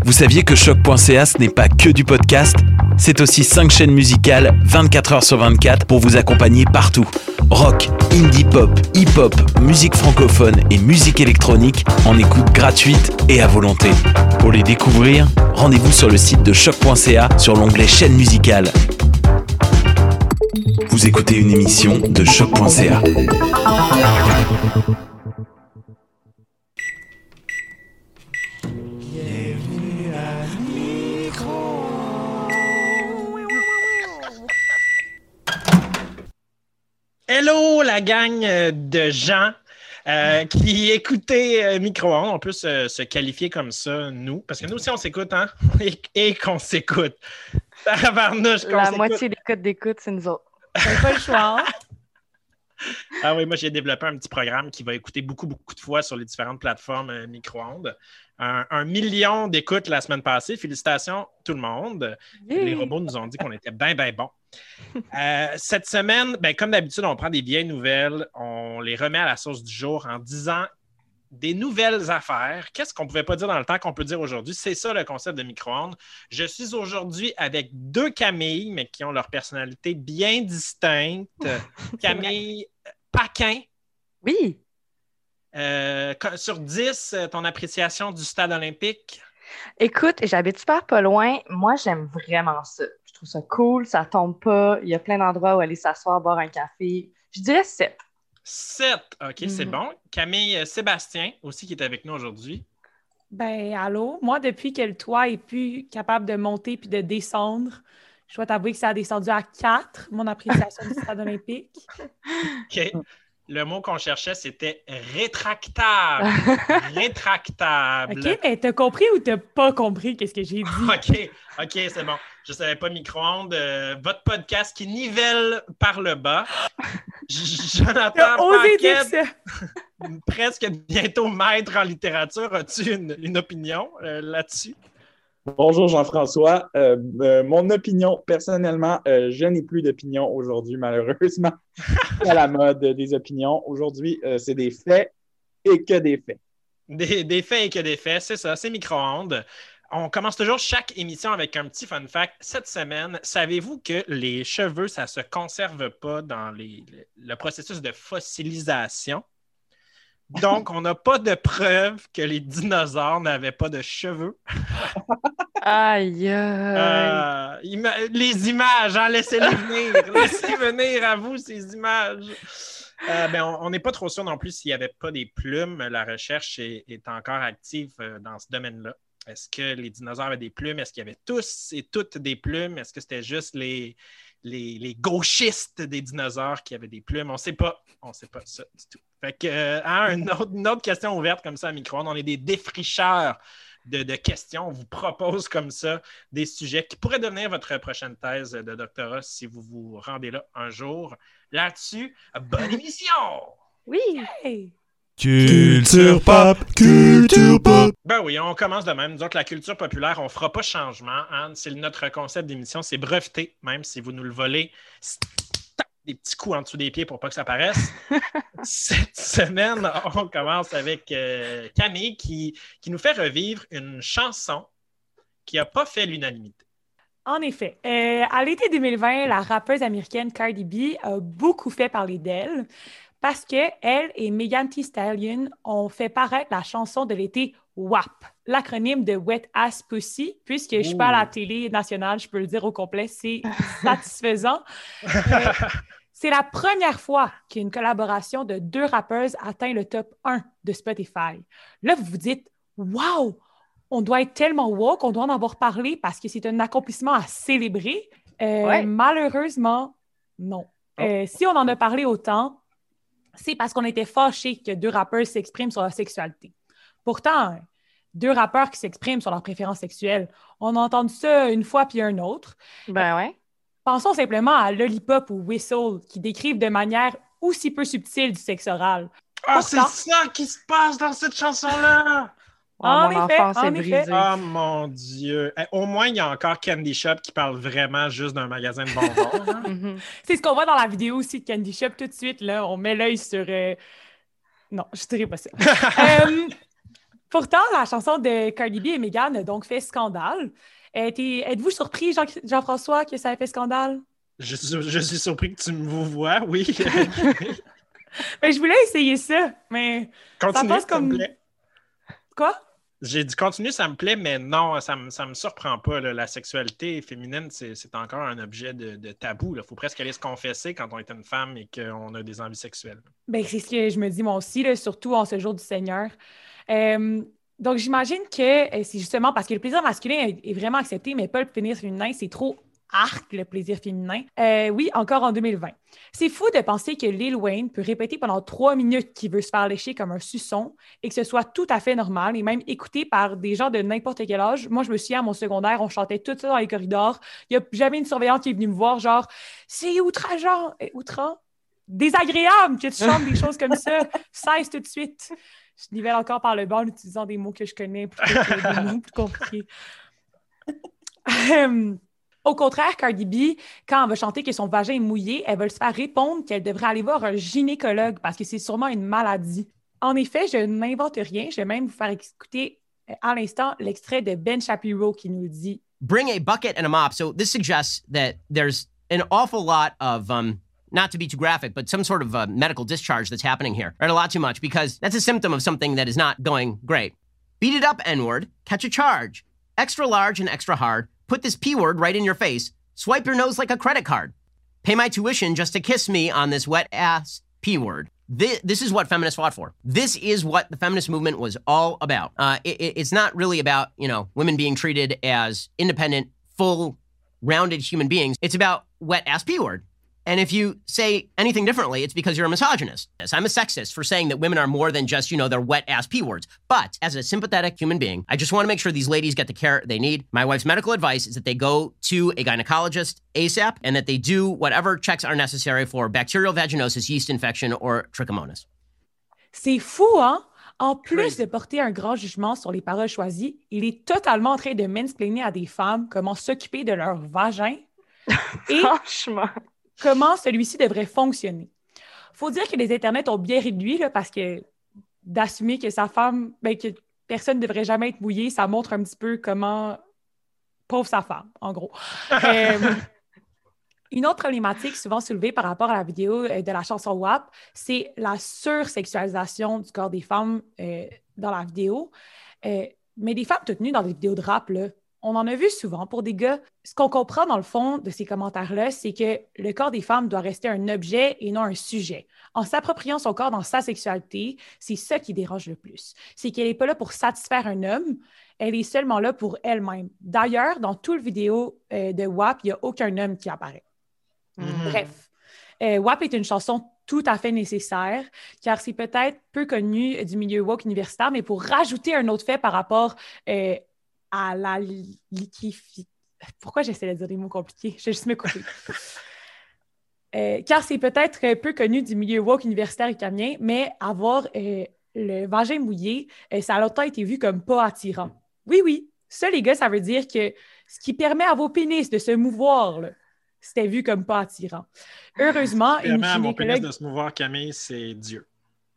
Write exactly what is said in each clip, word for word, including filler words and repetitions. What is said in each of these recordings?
Vous saviez que choc point c a ce n'est pas que du podcast? C'est aussi cinq chaînes musicales vingt-quatre heures sur vingt-quatre pour vous accompagner partout. Rock, indie pop, hip-hop, musique francophone et musique électronique en écoute gratuite et à volonté. Pour les découvrir, rendez-vous sur le site de choc point c a sur l'onglet chaîne musicale. Vous écoutez une émission de choc point c a. Hello la gang de gens euh, qui écoutaient euh, Micro-ondes. On peut se, se qualifier comme ça, nous, parce que nous aussi on s'écoute, hein, et, et qu'on s'écoute. Tabarnouche, qu'on La s'écoute. moitié des codes d'écoute, c'est nous autres. C'est pas le choix. Hein? Ah oui, moi j'ai développé un petit programme qui va écouter beaucoup, beaucoup de fois sur les différentes plateformes euh, Micro-ondes. Un, un million d'écoutes la semaine passée. Félicitations tout le monde. Yeah. Les robots nous ont dit qu'on était bien, bien bons. Euh, cette semaine, ben, comme d'habitude, on prend des vieilles nouvelles, on les remet à la source du jour en disant des nouvelles affaires. Qu'est-ce qu'on ne pouvait pas dire dans le temps qu'on peut dire aujourd'hui? C'est ça le concept de Micro-ondes. Je suis aujourd'hui avec deux Camille, mais qui ont leur personnalité bien distincte. Camille Paquin. Oui. Euh, sur dix, ton appréciation du stade olympique? Écoute, j'habite super pas loin. Moi, j'aime vraiment ça. Je trouve ça cool, ça tombe pas. Il y a plein d'endroits où aller s'asseoir, boire un café. Je dirais sept. sept, OK, Mm-hmm. c'est bon. Camille euh, Sébastien, aussi, qui est avec nous aujourd'hui. Ben, allô? Moi, depuis que le toit est plus capable de monter puis de descendre, je dois t'avouer que ça a descendu à quatre, mon appréciation du stade olympique. OK. Le mot qu'on cherchait, c'était rétractable. Rétractable. OK, mais t'as compris ou t'as pas compris qu'est-ce que j'ai dit? OK, OK, c'est bon. Je ne savais pas Micro-ondes. Euh, votre podcast qui nivelle par le bas. J- Jonathan T'as osé dire Paquette, ça! presque bientôt maître en littérature. As-tu une, une opinion euh, là-dessus? Bonjour Jean-François. Euh, euh, mon opinion, personnellement, euh, je n'ai plus d'opinion aujourd'hui, malheureusement. C'est à la mode des opinions. Aujourd'hui, euh, c'est des faits et que des faits. Des, des faits et que des faits, c'est ça, c'est Micro-ondes. On commence toujours chaque émission avec un petit fun fact. Cette semaine, savez-vous que les cheveux, ça ne se conserve pas dans les, le, le processus de fossilisation? Donc, on n'a pas de preuve que les dinosaures n'avaient pas de cheveux. Aïe, aïe. Euh, ima- les images, hein, laissez-les venir. Laissez venir à vous ces images. Euh, ben, on n'est pas trop sûr non plus s'il n'y avait pas des plumes. La recherche est, est encore active euh, dans ce domaine-là. Est-ce que les dinosaures avaient des plumes? Est-ce qu'il y avait tous et toutes des plumes? Est-ce que c'était juste les, les, les gauchistes des dinosaures qui avaient des plumes? On ne sait pas. On ne sait pas ça du tout. Fait que, euh, hein, une, autre, une autre question ouverte comme ça à Micro-ondes. On est des défricheurs de, de questions. On vous propose comme ça des sujets qui pourraient devenir votre prochaine thèse de doctorat si vous vous rendez là un jour. Là-dessus, bonne émission! Oui. Hey! Culture pop, culture pop. Ben oui, on commence de même. Nous autres, la culture populaire, on ne fera pas changement. Hein? C'est notre concept d'émission, c'est breveté, même si vous nous le volez. Des petits coups en dessous des pieds pour pas que ça paraisse. Cette semaine, on commence avec euh, Camille qui, qui nous fait revivre une chanson qui n'a pas fait l'unanimité. En effet, euh, à l'été deux mille vingt, la rappeuse américaine Cardi B a beaucoup fait parler d'elle parce qu'elle et Megan Thee Stallion ont fait paraître la chanson de l'été W A P, l'acronyme de Wet Ass Pussy, puisque je suis pas à la télé nationale, je peux le dire au complet, c'est satisfaisant. Euh, c'est la première fois qu'une collaboration de deux rappeuses atteint le top un de Spotify. Là, vous vous dites « Wow! On doit être tellement woke, on doit en avoir parlé parce que c'est un accomplissement à célébrer. Euh, Ouais. Malheureusement, non. Oh. Euh, si on en a parlé autant, c'est parce qu'on était fâchés que deux rappeurs s'expriment sur leur sexualité. Pourtant, deux rappeurs qui s'expriment sur leurs préférences sexuelles, on a entendu ça une fois puis un autre. Ben ouais. Pensons simplement à Lollipop ou Whistle qui décrivent de manière aussi peu subtile du sexe oral. Ah, c'est Pourtant- ça qui se passe dans cette chanson-là! Oh, En mon effet, enfance en est effet. brisée. Oh mon Dieu! Eh, au moins, il y a encore Candy Shop qui parle vraiment juste d'un magasin de bonbons. hein. Mhm. C'est ce qu'on voit dans la vidéo aussi de Candy Shop tout de suite. Là, on met l'œil sur... euh, Non, je dirais pas ça. Euh, Pourtant, la chanson de Cardi B et Meghan a donc fait scandale. Euh, t'es- Êtes-vous surpris, Jean- Jean-François, que ça ait fait scandale? Je, suis- je suis surpris que tu me vous vois, oui. Ben, je voulais essayer ça, mais ça Continue, passe ça comme... me plaît. Quoi? J'ai dit continue, ça me plaît, mais non, ça me, ça me surprend pas. Là. La sexualité féminine, c'est, c'est encore un objet de, de tabou. Il faut presque aller se confesser quand on est une femme et qu'on a des envies sexuelles. Ben, c'est ce que je me dis moi aussi, là, surtout en ce jour du Seigneur. Euh, donc, j'imagine que euh, c'est justement parce que le plaisir masculin est, est vraiment accepté, mais pas le plaisir féminin. C'est trop arc, le plaisir féminin. Euh, oui, encore en deux mille vingt. C'est fou de penser que Lil Wayne peut répéter pendant trois minutes qu'il veut se faire lécher comme un suçon et que ce soit tout à fait normal et même écouté par des gens de n'importe quel âge. Moi, je me souviens, à mon secondaire, on chantait tout ça dans les corridors. Il n'y a jamais une surveillante qui est venue me voir, genre, c'est outrageant, euh, outrant, désagréable que tu chantes des choses comme ça. Cesse tout de suite. Je nivelle encore par le bas en utilisant des mots que je connais plutôt que des mots plus compliqués. Euh, Au contraire, Cardi B, quand elle va chanter que son vagin est mouillé, elle va se faire répondre qu'elle devrait aller voir un gynécologue parce que c'est sûrement une maladie. En effet, je n'invente rien. Je vais même vous faire écouter euh, à l'instant l'extrait de Ben Shapiro qui nous dit « Bring a bucket and a mop. So this suggests that there's an awful lot of, um, not to be too graphic, but some sort of uh, medical discharge that's happening here. Right, a lot too much because that's a symptom of something that is not going great. Beat it up, N-word. Catch a charge. Extra large and extra hard. Put this P-word right in your face. Swipe your nose like a credit card. Pay my tuition just to kiss me on this wet-ass P-word. This, this is what feminists fought for. This is what the feminist movement was all about. Uh, it, it's not really about, you know, women being treated as independent, full, rounded human beings. It's about wet-ass P-word. And if you say anything differently, it's because you're a misogynist. Yes, I'm a sexist for saying that women are more than just, you know, their wet-ass P-words. But as a sympathetic human being, I just want to make sure these ladies get the care they need. My wife's medical advice is that they go to a gynecologist ASAP and that they do whatever checks are necessary for bacterial vaginosis, yeast infection, or trichomonas. C'est fou, hein? En plus de porter un grand jugement sur les paroles choisies, il est totalement en train de mansplainer à des femmes comment s'occuper de leur vagin et Franchement. comment celui-ci devrait fonctionner. Il faut dire que les internets ont bien réduit là, parce que d'assumer que sa femme, ben, que personne ne devrait jamais être mouillé, ça montre un petit peu comment pauvre sa femme, en gros. euh, Une autre problématique souvent soulevée par rapport à la vidéo de la chanson W A P, c'est la sursexualisation du corps des femmes euh, dans la vidéo. Euh, mais des femmes toutes nues dans des vidéos de rap, là, on en a vu souvent pour des gars. Ce qu'on comprend dans le fond de ces commentaires-là, c'est que le corps des femmes doit rester un objet et non un sujet. En s'appropriant son corps dans sa sexualité, c'est ça qui dérange le plus. C'est qu'elle n'est pas là pour satisfaire un homme, elle est seulement là pour elle-même. D'ailleurs, dans toute la vidéo euh, de W A P, il n'y a aucun homme qui apparaît. Mm-hmm. Bref, euh, W A P est une chanson tout à fait nécessaire, car c'est peut-être peu connu du milieu woke universitaire, mais pour rajouter un autre fait par rapport euh, à la liquéfication. Pourquoi j'essaie de dire des mots compliqués? Je vais juste me couper. euh, car c'est peut-être peu connu du milieu woke universitaire italien, mais avoir euh, le vagin mouillé, euh, ça a longtemps été vu comme pas attirant. Oui, oui. Ça, les gars, ça veut dire que ce qui permet à vos pénis de se mouvoir, là, c'était vu comme pas attirant. Heureusement, Ce qui permet à mon pénis de se mouvoir, Camille, c'est Dieu.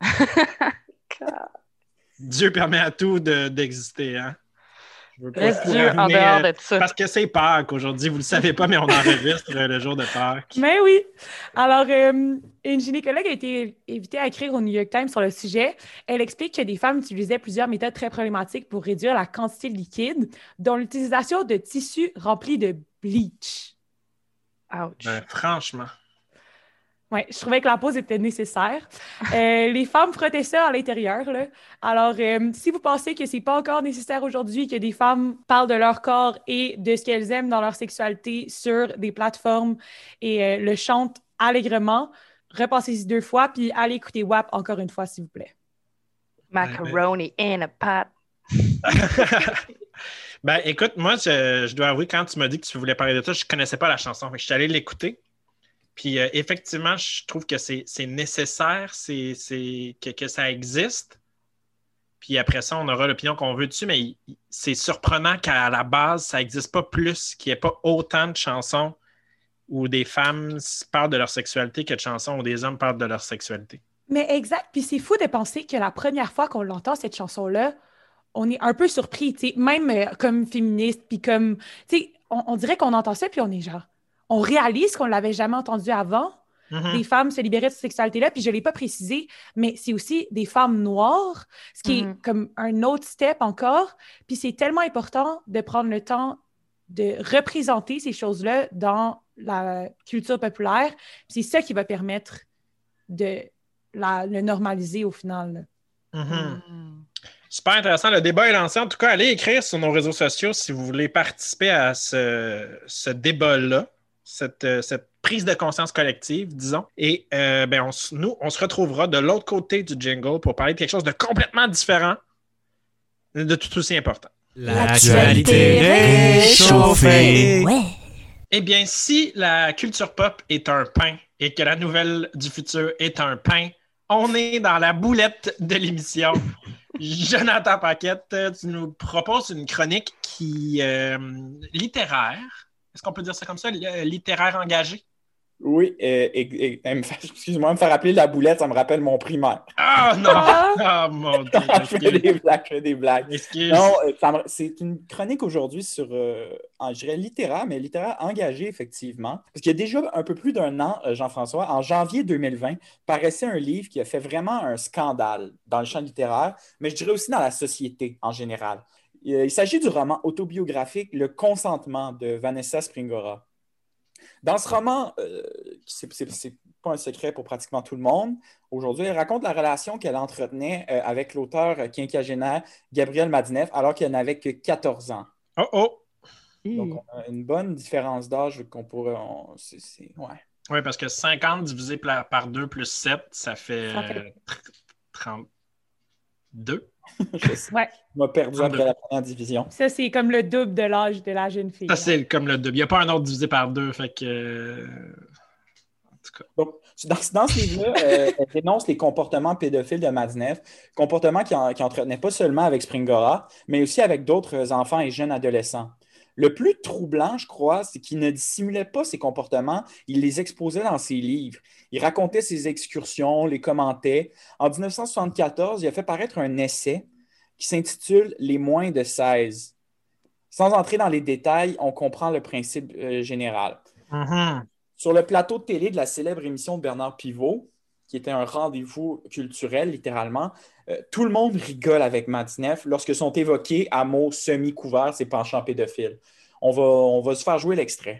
Dieu permet à tout de, d'exister, hein? Je veux pas Reste Dieu en dehors de ça. Parce que c'est Pâques aujourd'hui. Vous le savez pas, mais on enregistre le jour de Pâques. Mais oui. Alors, euh, une gynécologue a été invitée à écrire au New York Times sur le sujet. Elle explique que des femmes utilisaient plusieurs méthodes très problématiques pour réduire la quantité de liquide, dont l'utilisation de tissus remplis de bleach. Ouch. Ben, franchement. Oui, je trouvais que la pause était nécessaire. Euh, les femmes frottaient ça à l'intérieur, là. Alors, euh, si vous pensez que c'est pas encore nécessaire aujourd'hui que des femmes parlent de leur corps et de ce qu'elles aiment dans leur sexualité sur des plateformes et euh, le chantent allègrement, repassez-y deux fois puis allez écouter W A P encore une fois, s'il vous plaît. Macaroni in a pot. Ben, écoute, moi, je, je dois avouer, quand tu m'as dit que tu voulais parler de ça, je ne connaissais pas la chanson. Fait que je suis allé l'écouter. Puis, euh, effectivement, je trouve que c'est, c'est nécessaire c'est, c'est, que, que ça existe. Puis après ça, on aura l'opinion qu'on veut dessus, mais il, c'est surprenant qu'à la base, ça n'existe pas plus, qu'il n'y ait pas autant de chansons où des femmes parlent de leur sexualité que de chansons où des hommes parlent de leur sexualité. Mais exact. Puis c'est fou de penser que la première fois qu'on l'entend, cette chanson-là, on est un peu surpris, tu sais, même euh, comme féministe, puis comme, tu sais, on, on dirait qu'on entend ça, puis on est genre, on réalise qu'on l'avait jamais entendu avant, Mhm. des femmes se libérer de cette sexualité-là, puis je l'ai pas précisé, mais c'est aussi des femmes noires, ce qui Mhm. est comme un autre step encore, puis c'est tellement important de prendre le temps de représenter ces choses-là dans la culture populaire, puis c'est ça qui va permettre de la, le normaliser au final, là. Mhm. Mm. Super intéressant. Le débat est lancé. En tout cas, allez écrire sur nos réseaux sociaux si vous voulez participer à ce, ce débat-là, cette, euh, cette prise de conscience collective, disons. Et euh, ben, on, s- nous, on se retrouvera de l'autre côté du jingle pour parler de quelque chose de complètement différent, de tout aussi important. L'actualité réchauffée. Eh bien, si la culture pop est un pain et que la nouvelle du futur est un pain, on est dans la boulette de l'émission. Jonathan Paquette, tu nous proposes une chronique qui euh, littéraire. Est-ce qu'on peut dire ça comme ça? li- euh, Littéraire engagé? Oui, euh, et- et- elle me fait- excuse-moi, me faire appeler la boulette, ça me rappelle mon primaire. Ah non! Ah mon Dieu! je fais des blagues, je fais des blagues. Excuse. Non, euh, ça me- c'est une chronique aujourd'hui sur, euh, en- je dirais littéraire, mais littéraire engagé, effectivement. Parce qu'il y a déjà un peu plus d'un an, euh, Jean-François, en janvier deux mille vingt, paraissait un livre qui a fait vraiment un scandale dans le champ littéraire, mais je dirais aussi dans la société en général. Euh, Il s'agit du roman autobiographique Le consentement de Vanessa Springora. Dans ce roman, euh, c'est, c'est, c'est pas un secret pour pratiquement tout le monde, aujourd'hui, elle raconte la relation qu'elle entretenait euh, avec l'auteur euh, quinquagénaire Gabriel Madinef alors qu'elle n'avait que quatorze ans. Oh oh! Donc, on a une bonne différence d'âge qu'on pourrait... on- c'est, c'est- ouais. Oui, parce que cinquante divisé par par deux plus sept, ça fait, Ça fait- euh, tr- trente-deux. Je sais, Ouais, je m'ai perdu après la première division. ça, c'est comme le double de l'âge de la jeune fille. Ça, c'est comme le double. Il n'y a pas un autre divisé par deux, fait que... euh, En tout cas. Donc, dans, dans ce livre-là, euh, elle dénonce les comportements pédophiles de Madinef, comportements qui, en- qui entretenaient pas seulement avec Springora, mais aussi avec d'autres enfants et jeunes adolescents. Le plus troublant, je crois, c'est qu'il ne dissimulait pas ses comportements, il les exposait dans ses livres. Il racontait ses excursions, les commentait. En dix-neuf cent soixante-quatorze, il a fait paraître un essai qui s'intitule « Les moins de seize ». Sans entrer dans les détails, on comprend le principe euh, général. Mhm. Sur le plateau de télé de la célèbre émission de Bernard Pivot, qui était un rendez-vous culturel, littéralement, euh, tout le monde rigole avec Madinef lorsque sont évoqués à mots semi-couverts ses penchants pédophiles. On va, on va se faire jouer l'extrait.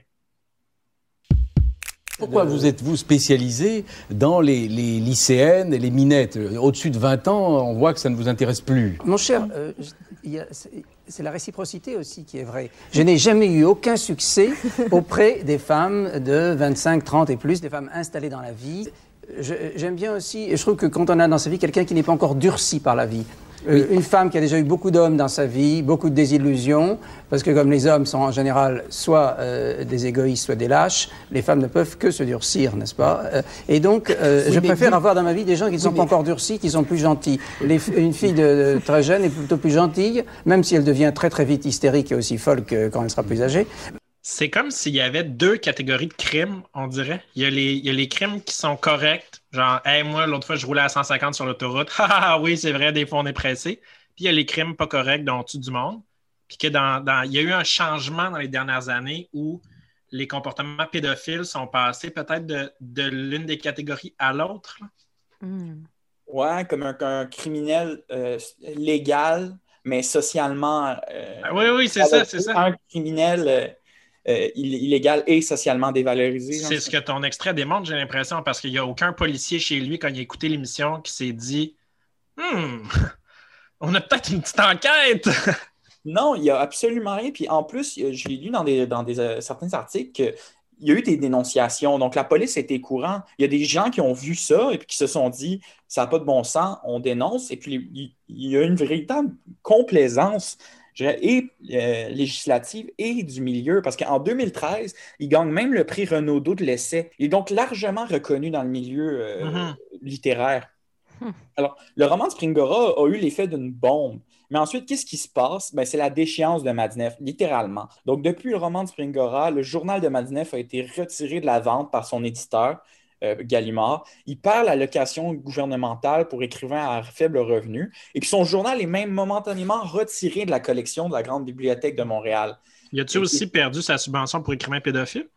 Pourquoi vous êtes-vous spécialisé dans les, les lycéennes et les minettes? Au-dessus de vingt ans, on voit que ça ne vous intéresse plus. Mon cher, euh, je- il y a- c'est c'est la réciprocité aussi qui est vraie. Je n'ai jamais eu aucun succès auprès des femmes de vingt-cinq, trente et plus, des femmes installées dans la vie. Je- J'aime bien aussi, et je trouve que quand on a dans sa vie quelqu'un qui n'est pas encore durci par la vie, euh, une femme qui a déjà eu beaucoup d'hommes dans sa vie, beaucoup de désillusions, parce que comme les hommes sont en général soit euh, des égoïstes, soit des lâches, les femmes ne peuvent que se durcir, n'est-ce pas? Euh, Et donc, euh, Oui, je mais préfère vous- avoir dans ma vie des gens qui ne sont Oui, pas mais- encore durcis, qui sont plus gentils. Les f- une fille de, de très jeune est plutôt plus gentille, même si elle devient très très vite hystérique et aussi folle que quand elle sera plus âgée. C'est comme s'il y avait deux catégories de crimes, on dirait. Il y a les, il y a les crimes qui sont corrects, genre, hey, moi, l'autre fois, je roulais à cent cinquante sur l'autoroute. Ah ah, oui, c'est vrai, des fois, on est pressé. Puis il y a les crimes pas corrects dont tue du monde. Puis que dans, dans, il y a eu un changement dans les dernières années où les comportements pédophiles sont passés peut-être de, de l'une des catégories à l'autre. là. Mm. Ouais, comme un, un criminel euh, légal, mais socialement... euh, Ah oui, oui, c'est ça, c'est ça. Un criminel euh, euh, ill- illégal et socialement dévalorisé. C'est ce que ton extrait démontre, j'ai l'impression, parce qu'il n'y a aucun policier chez lui, quand il a écouté l'émission, qui s'est dit Hmm, on a peut-être une petite enquête. Non, il n'y a absolument rien. Puis en plus, j'ai lu dans, des, dans des, euh, certains articles qu'il y a eu des dénonciations. Donc la police était courant. Il y a des gens qui ont vu ça et puis qui se sont dit ça n'a pas de bon sens, on dénonce. Et puis il, il y a une véritable complaisance je dirais, et euh, législative et du milieu. Parce qu'en deux mille treize, il gagne même le prix Renaudot de l'essai. Il est donc largement reconnu dans le milieu euh, Mhm. littéraire. Hmm. Alors, le roman de Springora a eu l'effet d'une bombe. Mais ensuite, qu'est-ce qui se passe? Ben, c'est la déchéance de Madinef, littéralement. Donc, depuis le roman de Springora, le journal de Madinef a été retiré de la vente par son éditeur. euh, Gallimard. Il perd l'allocation gouvernementale pour écrivains à faible revenu. Et puis son journal est même momentanément retiré de la collection de la Grande Bibliothèque de Montréal. Y a-t-il aussi et... perdu sa subvention pour écrivains pédophiles?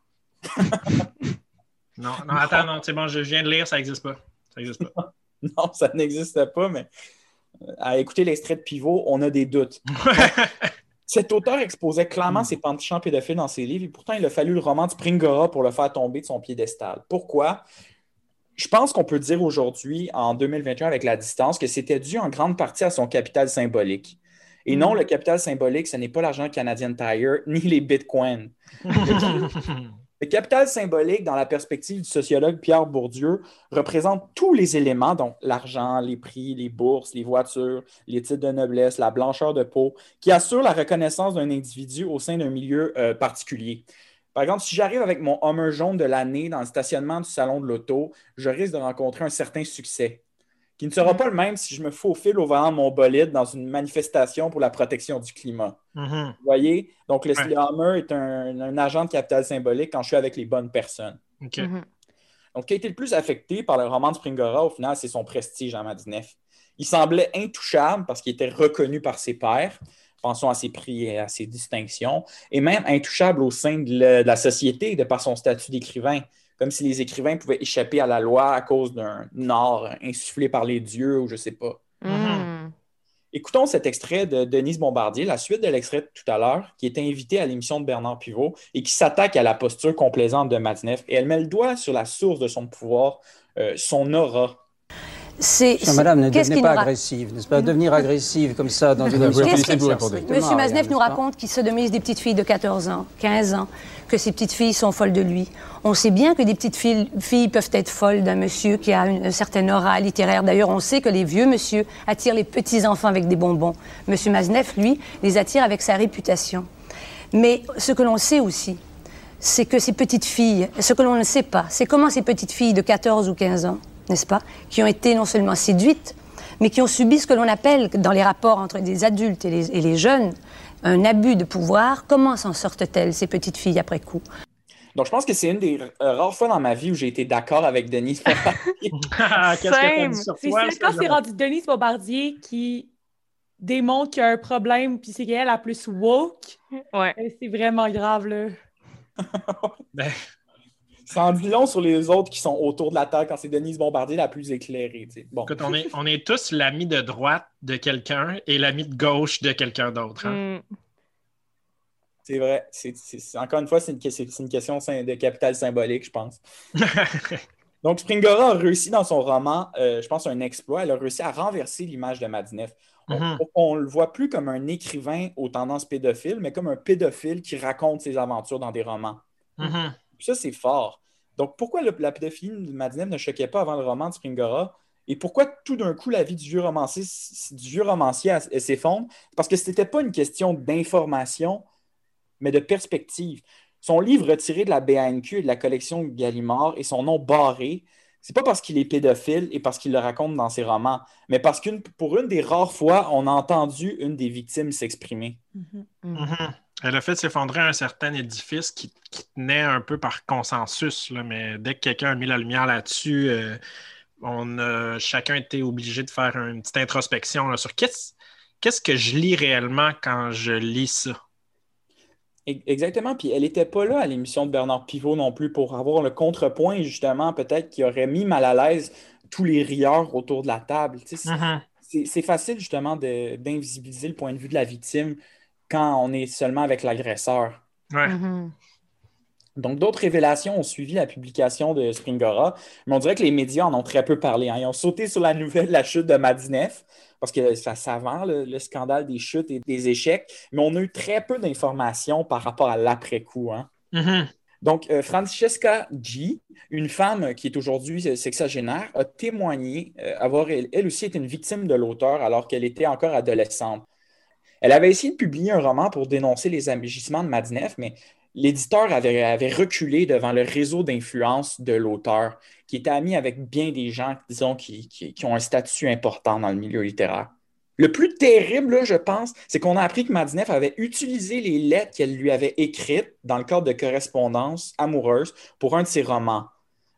non, non, attends, non, c'est bon, je viens de lire, ça n'existe pas. Ça n'existe pas. Non, ça n'existe pas, mais à écouter l'extrait de Pivot, on a des doutes. Cet auteur exposait clairement ses penchants pédophiles dans ses livres et pourtant, il a fallu le roman de Springora pour le faire tomber de son piédestal. Pourquoi? Je pense qu'on peut dire aujourd'hui, en deux mille vingt et un, avec la distance, que c'était dû en grande partie à son capital symbolique. Et non, le capital symbolique, ce n'est pas l'argent Canadian Tire ni les bitcoins. Le capital symbolique, dans la perspective du sociologue Pierre Bourdieu, représente tous les éléments, donc l'argent, les prix, les bourses, les voitures, les titres de noblesse, la blancheur de peau, qui assurent la reconnaissance d'un individu au sein d'un milieu euh, particulier. Par exemple, si j'arrive avec mon Hummer jaune de l'année dans le stationnement du salon de l'auto, je risque de rencontrer un certain succès, qui ne sera pas le même si je me faufile au volant de mon bolide dans une manifestation pour la protection du climat. Mm-hmm. Vous voyez? Donc, le, ouais. le Hummer est un, un agent de capital symbolique quand je suis avec les bonnes personnes. Okay. Mm-hmm. Donc, qui a été le plus affecté par le roman de Springora, au final, c'est son prestige en Madinef. Il semblait intouchable parce qu'il était reconnu par ses pairs. Pensons à ses prix et à ses distinctions. Et même intouchable au sein de la, de la société, de par son statut d'écrivain. Comme si les écrivains pouvaient échapper à la loi à cause d'un art insufflé par les dieux ou je ne sais pas. Mm. Écoutons cet extrait de Denise Bombardier, la suite de l'extrait de tout à l'heure, qui était invitée à l'émission de Bernard Pivot et qui s'attaque à la posture complaisante de Madinef. Et elle met le doigt sur la source de son pouvoir, euh, son aura. C'est, c'est... Madame, ne devenez pas agressive, n'est-ce pas? Devenir agressive comme ça dans une émission. Monsieur Madinef nous raconte qu'il sodomise des petites filles de quatorze ans, quinze ans, que ces petites filles sont folles de lui. On sait bien que des petites filles, filles peuvent être folles d'un monsieur qui a une, une certaine aura littéraire. D'ailleurs, on sait que les vieux monsieur attirent les petits-enfants avec des bonbons. Monsieur Madinef, lui, les attire avec sa réputation. Mais ce que l'on sait aussi, c'est que ces petites filles, ce que l'on ne sait pas, c'est comment ces petites filles de quatorze ou quinze ans, n'est-ce pas, qui ont été non seulement séduites, mais qui ont subi ce que l'on appelle, dans les rapports entre des adultes et les, et les jeunes, un abus de pouvoir. Comment s'en sortent-elles, ces petites filles, après coup? Donc, je pense que c'est une des rares fois dans ma vie où j'ai été d'accord avec Denise Bombardier. Qu'est-ce que t'as dit sur toi? C'est quand c'est rendu Denise Bombardier qui démontre qu'il y a un problème, puis c'est qu'elle la plus woke. Ouais. C'est vraiment grave, là. ben... Ça en dit long sur les autres qui sont autour de la table quand c'est Denise Bombardier la plus éclairée. Bon. Écoute, on est, on est tous l'ami de droite de quelqu'un et l'ami de gauche de quelqu'un d'autre. Hein? Mm. C'est vrai. C'est, c'est, c'est, encore une fois, c'est une, c'est une question de capital symbolique, je pense. Donc, Springora a réussi dans son roman, euh, je pense, un exploit. Elle a réussi à renverser l'image de Madinef. Mm-hmm. On ne le voit plus comme un écrivain aux tendances pédophiles, mais comme un pédophile qui raconte ses aventures dans des romans. Mm-hmm. Ça, c'est fort. Donc, pourquoi le, la pédophilie de Madinef ne choquait pas avant le roman de Springora? Et pourquoi tout d'un coup la vie du vieux romancier, du vieux romancier s'effondre? Parce que ce n'était pas une question d'information, mais de perspective. Son livre retiré de la B A N Q et de la collection Gallimard et son nom barré, c'est pas parce qu'il est pédophile et parce qu'il le raconte dans ses romans, mais parce que pour une des rares fois, on a entendu une des victimes s'exprimer. Mm-hmm. Mm-hmm. Elle a fait s'effondrer un certain édifice qui, qui tenait un peu par consensus, là, mais dès que quelqu'un a mis la lumière là-dessus, euh, on a chacun été obligé de faire une petite introspection là, sur qu'est-ce, qu'est-ce que je lis réellement quand je lis ça. Exactement, puis elle n'était pas là à l'émission de Bernard Pivot non plus pour avoir le contrepoint, justement, peut-être qui aurait mis mal à l'aise tous les rieurs autour de la table. Tu sais, c'est, mm-hmm. c'est, c'est facile, justement, de, d'invisibiliser le point de vue de la victime quand on est seulement avec l'agresseur. Ouais. Mm-hmm. Donc, d'autres révélations ont suivi la publication de Springora, mais on dirait que les médias en ont très peu parlé. Hein. Ils ont sauté sur la nouvelle de la chute de Madinef, parce que ça s'avère, le, le scandale des chutes et des échecs, mais on a eu très peu d'informations par rapport à l'après-coup. Hein. Mm-hmm. Donc, euh, Francesca G., une femme qui est aujourd'hui sexagénaire, a témoigné euh, avoir, elle, elle aussi, été une victime de l'auteur alors qu'elle était encore adolescente. Elle avait essayé de publier un roman pour dénoncer les agissements de Madinef, mais l'éditeur avait, avait reculé devant le réseau d'influence de l'auteur, qui était ami avec bien des gens, disons, qui, qui, qui ont un statut important dans le milieu littéraire. Le plus terrible, là, je pense, c'est qu'on a appris que Madinef avait utilisé les lettres qu'elle lui avait écrites dans le cadre de correspondance amoureuse pour un de ses romans.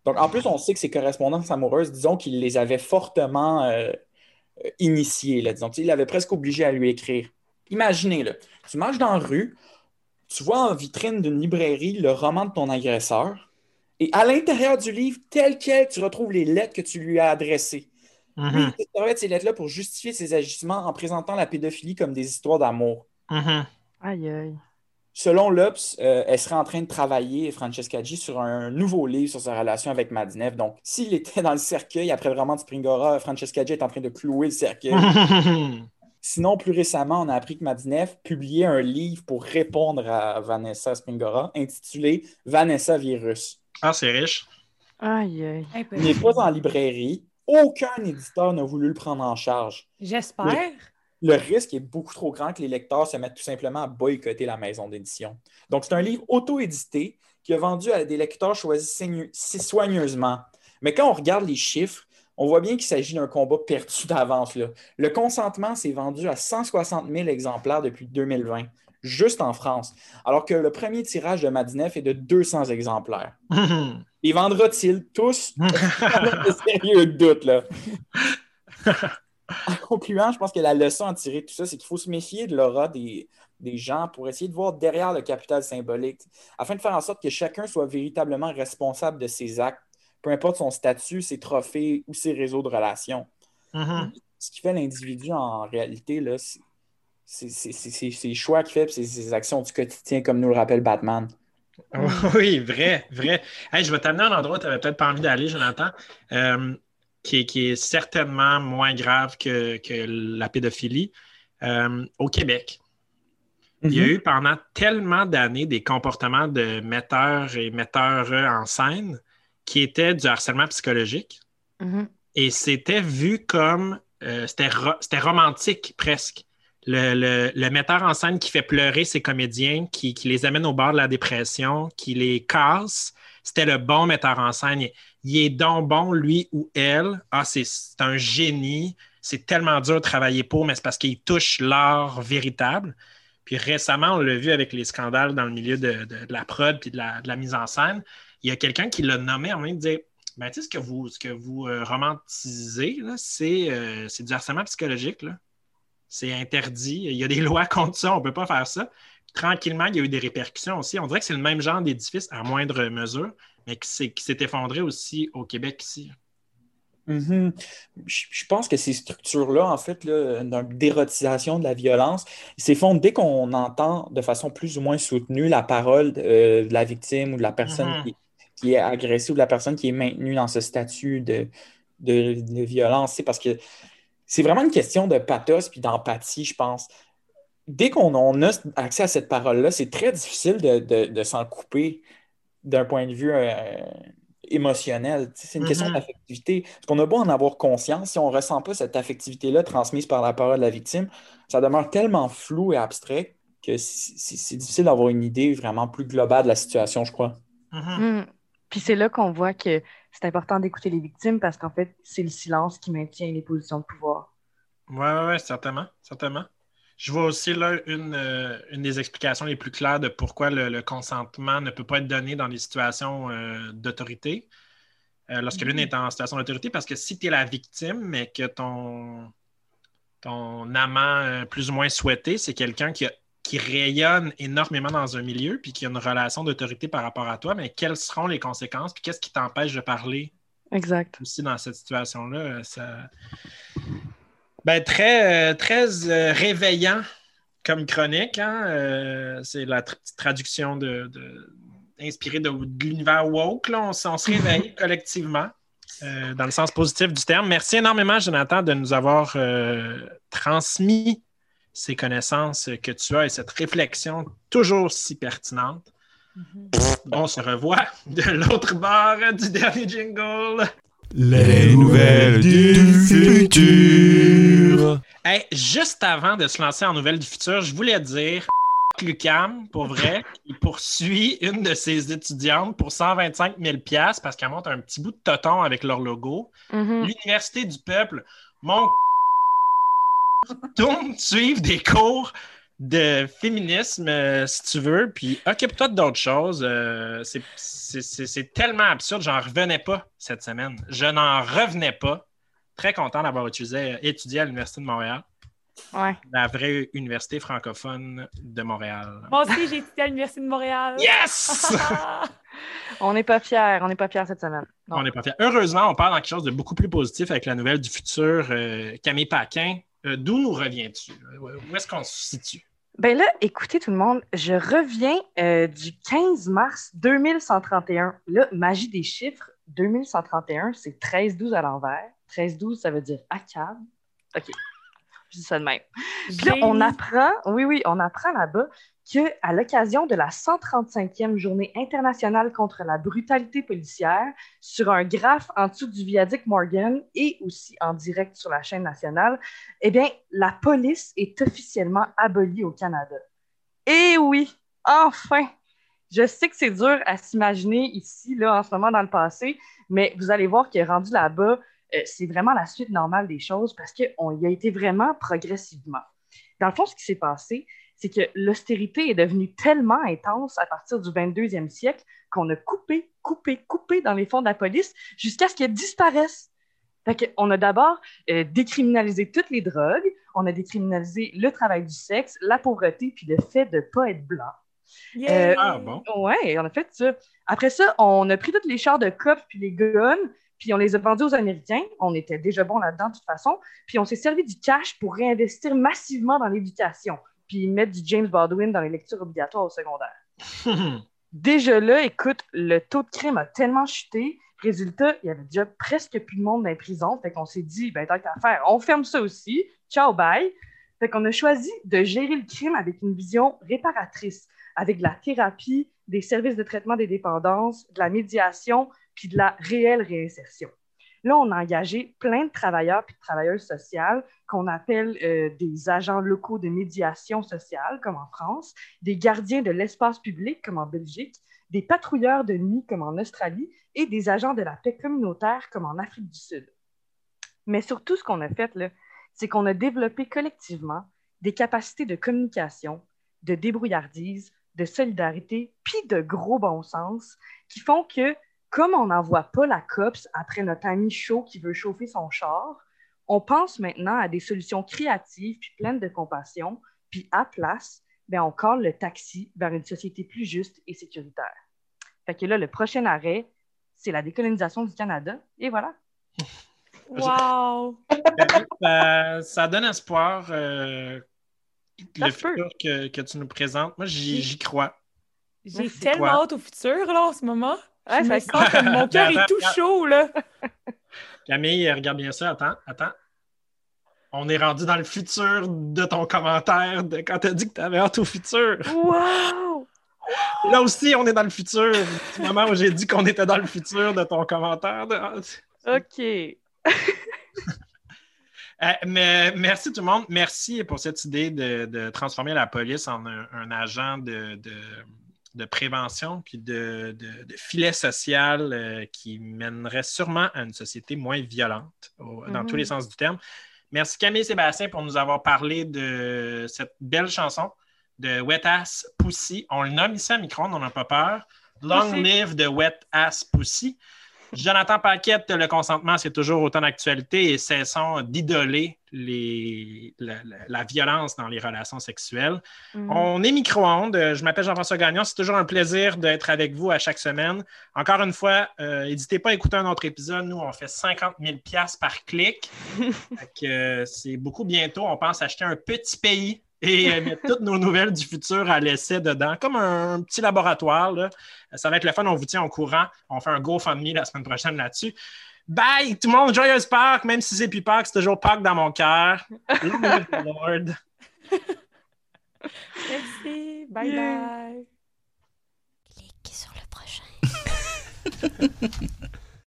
Donc, en plus, on sait que ses correspondances amoureuses, disons qu'il les avait fortement euh, initiées, là, disons. Il l'avait presque obligé à lui écrire. Imaginez, là, tu marches dans la rue, tu vois en vitrine d'une librairie le roman de ton agresseur, et à l'intérieur du livre, tel quel, tu retrouves les lettres que tu lui as adressées. Mm-hmm. Lui, il se servait de ces lettres-là pour justifier ses agissements en présentant la pédophilie comme des histoires d'amour. Mm-hmm. Aïe, aïe. Selon l'Obs, euh, elle serait en train de travailler, Francesca G, sur un nouveau livre sur sa relation avec Madinev. Donc, s'il était dans le cercueil, après le roman de Springora, Francesca G est en train de clouer le cercueil. Sinon, plus récemment, on a appris que Madinev publiait un livre pour répondre à Vanessa Springora, intitulé « Vanessa Virus ». Ah, c'est riche. Aïe, aïe. Il n'est pas en librairie. Aucun éditeur n'a voulu le prendre en charge. J'espère. Le, le risque est beaucoup trop grand que les lecteurs se mettent tout simplement à boycotter la maison d'édition. Donc, c'est un livre auto-édité qui est vendu à des lecteurs choisis soigneusement. Mais quand on regarde les chiffres, on voit bien qu'il s'agit d'un combat perdu d'avance, là. Le consentement s'est vendu à cent soixante mille exemplaires depuis deux mille vingt, juste en France, alors que le premier tirage de Madinev est de deux cents exemplaires. Les vendra-t-il tous? De sérieux doute, là. En concluant, je pense que la leçon à tirer de tout ça, c'est qu'il faut se méfier de l'aura des, des gens pour essayer de voir derrière le capital symbolique, afin de faire en sorte que chacun soit véritablement responsable de ses actes, peu importe son statut, ses trophées ou ses réseaux de relations. Mm-hmm. Ce qui fait l'individu, en réalité, là, c'est, c'est, c'est, c'est, c'est ses choix qu'il fait, c'est ses actions du quotidien, comme nous le rappelle Batman. Oui, vrai, vrai. Hey, je vais t'amener à un endroit où tu n'avais peut-être pas envie d'aller, Jonathan, euh, qui, est, qui est certainement moins grave que, que la pédophilie. Euh, au Québec, mm-hmm. il y a eu pendant tellement d'années des comportements de metteurs et metteurs en scène qui étaient du harcèlement psychologique. Mm-hmm. Et c'était vu comme... Euh, c'était, ro- c'était romantique, presque. Le, le, le metteur en scène qui fait pleurer ses comédiens, qui, qui les amène au bord de la dépression, qui les casse, c'était le bon metteur en scène. Il, il est donc bon, lui ou elle. Ah, c'est, c'est un génie. C'est tellement dur de travailler pour, mais c'est parce qu'il touche l'art véritable. Puis récemment, on l'a vu avec les scandales dans le milieu de, de, de la prod puis de la, de la mise en scène. Il y a quelqu'un qui l'a nommé en train de dire ben, tu sais, ce que vous, ce que vous euh, romantisez, là, c'est, euh, c'est du harcèlement psychologique, là. C'est interdit. Il y a des lois contre ça. On ne peut pas faire ça. Tranquillement, il y a eu des répercussions aussi. On dirait que c'est le même genre d'édifice à moindre mesure, mais qui s'est, qui s'est effondré aussi au Québec ici. Mm-hmm. Je, je pense que ces structures-là, en fait, là, d'érotisation de la violence, s'effondrent dès qu'on entend de façon plus ou moins soutenue la parole euh, de la victime ou de la personne mm-hmm. qui, qui est agressée ou de la personne qui est maintenue dans ce statut de, de, de violence. C'est parce que c'est vraiment une question de pathos et d'empathie, je pense. Dès qu'on on a accès à cette parole-là, c'est très difficile de, de, de s'en couper d'un point de vue euh, émotionnel. C'est une mm-hmm. question d'affectivité. Parce qu'on a beau en avoir conscience, si on ne ressent pas cette affectivité-là transmise par la parole de la victime, ça demeure tellement flou et abstrait que c'est, c'est, c'est difficile d'avoir une idée vraiment plus globale de la situation, je crois. Mm-hmm. Mm. Puis c'est là qu'on voit que c'est important d'écouter les victimes parce qu'en fait, c'est le silence qui maintient les positions de pouvoir. Oui, oui, ouais, certainement, certainement. Je vois aussi là une, euh, une des explications les plus claires de pourquoi le, le consentement ne peut pas être donné dans des situations euh, d'autorité, euh, lorsque mmh. l'une est en situation d'autorité, parce que si tu es la victime, mais que ton, ton amant euh, plus ou moins souhaité, c'est quelqu'un qui, a, qui rayonne énormément dans un milieu puis qui a une relation d'autorité par rapport à toi, mais quelles seront les conséquences puis qu'est-ce qui t'empêche de parler? Exact. Aussi dans cette situation-là, ça... Ben, très, très euh, réveillant comme chronique. Hein? Euh, c'est la tra- traduction de, de, inspirée de, de l'univers woke. Là. On, on se réveille collectivement euh, dans le sens positif du terme. Merci énormément, Jonathan, de nous avoir euh, transmis ces connaissances que tu as et cette réflexion toujours si pertinente. Mm-hmm. On se revoit de l'autre bord du dernier jingle. Les nouvelles du futur. Hey, juste avant de se lancer en nouvelles du futur, je voulais dire Lucam, pour vrai, il poursuit une de ses étudiantes pour cent vingt-cinq mille dollars parce qu'elle monte un petit bout de toton avec leur logo. Mm-hmm. L'Université du Peuple, mon tourne suivre des cours de féminisme, euh, si tu veux, puis occupe-toi d'autres choses. Euh, c'est, c'est, c'est, c'est tellement absurde, j'en revenais pas cette semaine. Je n'en revenais pas. Très content d'avoir étudié, étudié à l'Université de Montréal. Ouais. La vraie université francophone de Montréal. Moi aussi, j'ai étudié à l'Université de Montréal. Yes! On n'est pas fiers, on n'est pas fiers cette semaine. Non. On n'est pas fiers. Heureusement, on part dans quelque chose de beaucoup plus positif avec la nouvelle du futur. Euh, Camille Paquin, euh, d'où nous reviens-tu? Où est-ce qu'on se situe? Ben là, écoutez tout le monde, je reviens euh, du quinze mars deux mille cent trente et un. Là, magie des chiffres, deux mille cent trente et un, c'est treize douze à l'envers. treize douze, ça veut dire accable. OK, je dis ça de même. Puis là, on apprend, oui, oui, on apprend là-bas qu'à l'occasion de la cent trente-cinquième Journée internationale contre la brutalité policière, sur un graphe en dessous du viaduc Morgan et aussi en direct sur la chaîne nationale, eh bien, la police est officiellement abolie au Canada. Et oui, enfin! Je sais que c'est dur à s'imaginer ici, là, en ce moment, dans le passé, mais vous allez voir que rendu là-bas, euh, c'est vraiment la suite normale des choses parce qu'on y a été vraiment progressivement. Dans le fond, ce qui s'est passé, c'est que l'austérité est devenue tellement intense à partir du vingt-deuxième siècle qu'on a coupé, coupé, coupé dans les fonds de la police jusqu'à ce qu'elles disparaissent. Fait qu'on a d'abord euh, décriminalisé toutes les drogues, on a décriminalisé le travail du sexe, la pauvreté, puis le fait de ne pas être blanc. Yeah. Euh, ah bon? Oui, on a fait ça. Après ça, on a pris tous les chars de cops puis les guns, puis on les a vendus aux Américains. On était déjà bons là-dedans de toute façon. Puis on s'est servi du cash pour réinvestir massivement dans l'éducation, puis mettre du James Baldwin dans les lectures obligatoires au secondaire. Déjà là, écoute, le taux de crime a tellement chuté. Résultat, il y avait déjà presque plus de monde dans les prisons. Fait qu'on s'est dit, ben tant qu'à faire, on ferme ça aussi. Ciao, bye. Fait qu'on a choisi de gérer le crime avec une vision réparatrice, avec de la thérapie, des services de traitement des dépendances, de la médiation, puis de la réelle réinsertion. Là, on a engagé plein de travailleurs et de travailleuses sociales qu'on appelle euh, des agents locaux de médiation sociale, comme en France, des gardiens de l'espace public, comme en Belgique, des patrouilleurs de nuit, comme en Australie, et des agents de la paix communautaire, comme en Afrique du Sud. Mais surtout, ce qu'on a fait, là, c'est qu'on a développé collectivement des capacités de communication, de débrouillardise, de solidarité, puis de gros bon sens, qui font que, comme on n'envoie pas la COPS après notre ami chaud qui veut chauffer son char, on pense maintenant à des solutions créatives puis pleines de compassion, puis à place, bien, on colle le taxi vers une société plus juste et sécuritaire. Fait que là, le prochain arrêt, c'est la décolonisation du Canada, et voilà. Wow! ça, ça donne espoir, euh, ça le futur que, que tu nous présentes. Moi, j'y, j'y crois. J'ai tellement hâte au futur, là, en ce moment. Ouais, ça sent que mon cœur est tout chaud, là. Camille, regarde bien ça. Attends, attends. On est rendu dans le futur de ton commentaire de quand tu as dit que tu avais hâte au futur. Wow! Là aussi, on est dans le futur. Du moment où j'ai dit qu'on était dans le futur de ton commentaire. De... OK. euh, mais merci tout le monde. Merci pour cette idée de, de transformer la police en un, un agent de... de... de prévention puis de, de, de filet social euh, qui mènerait sûrement à une société moins violente au, dans mm-hmm. tous les sens du terme. Merci Camille Sébastien pour nous avoir parlé de cette belle chanson de Wet Ass Pussy. On le nomme ici à micro-ondes, on n'a pas peur. Long Pussy. Live de Wet Ass Pussy. Jonathan Paquette, le consentement, c'est toujours autant d'actualité et cessons d'idoler les, la, la, la violence dans les relations sexuelles. Mm. On est micro-ondes. Je m'appelle Jean-François Gagnon. C'est toujours un plaisir d'être avec vous à chaque semaine. Encore une fois, euh, n'hésitez pas à écouter un autre épisode. Nous, on fait cinquante mille dollars par clic. Donc, euh, c'est beaucoup bientôt. On pense acheter un petit pays et mettre toutes nos nouvelles du futur à l'essai dedans, comme un, un petit laboratoire. Là. Ça va être le fun, on vous tient au courant. On fait un GoFundMe la semaine prochaine là-dessus. Bye, tout le monde, joyeuse Pâques, même si c'est plus Pâques, c'est toujours Pâques dans mon cœur. Long live the Lord. Merci, bye yeah. bye. Clique sur le prochain.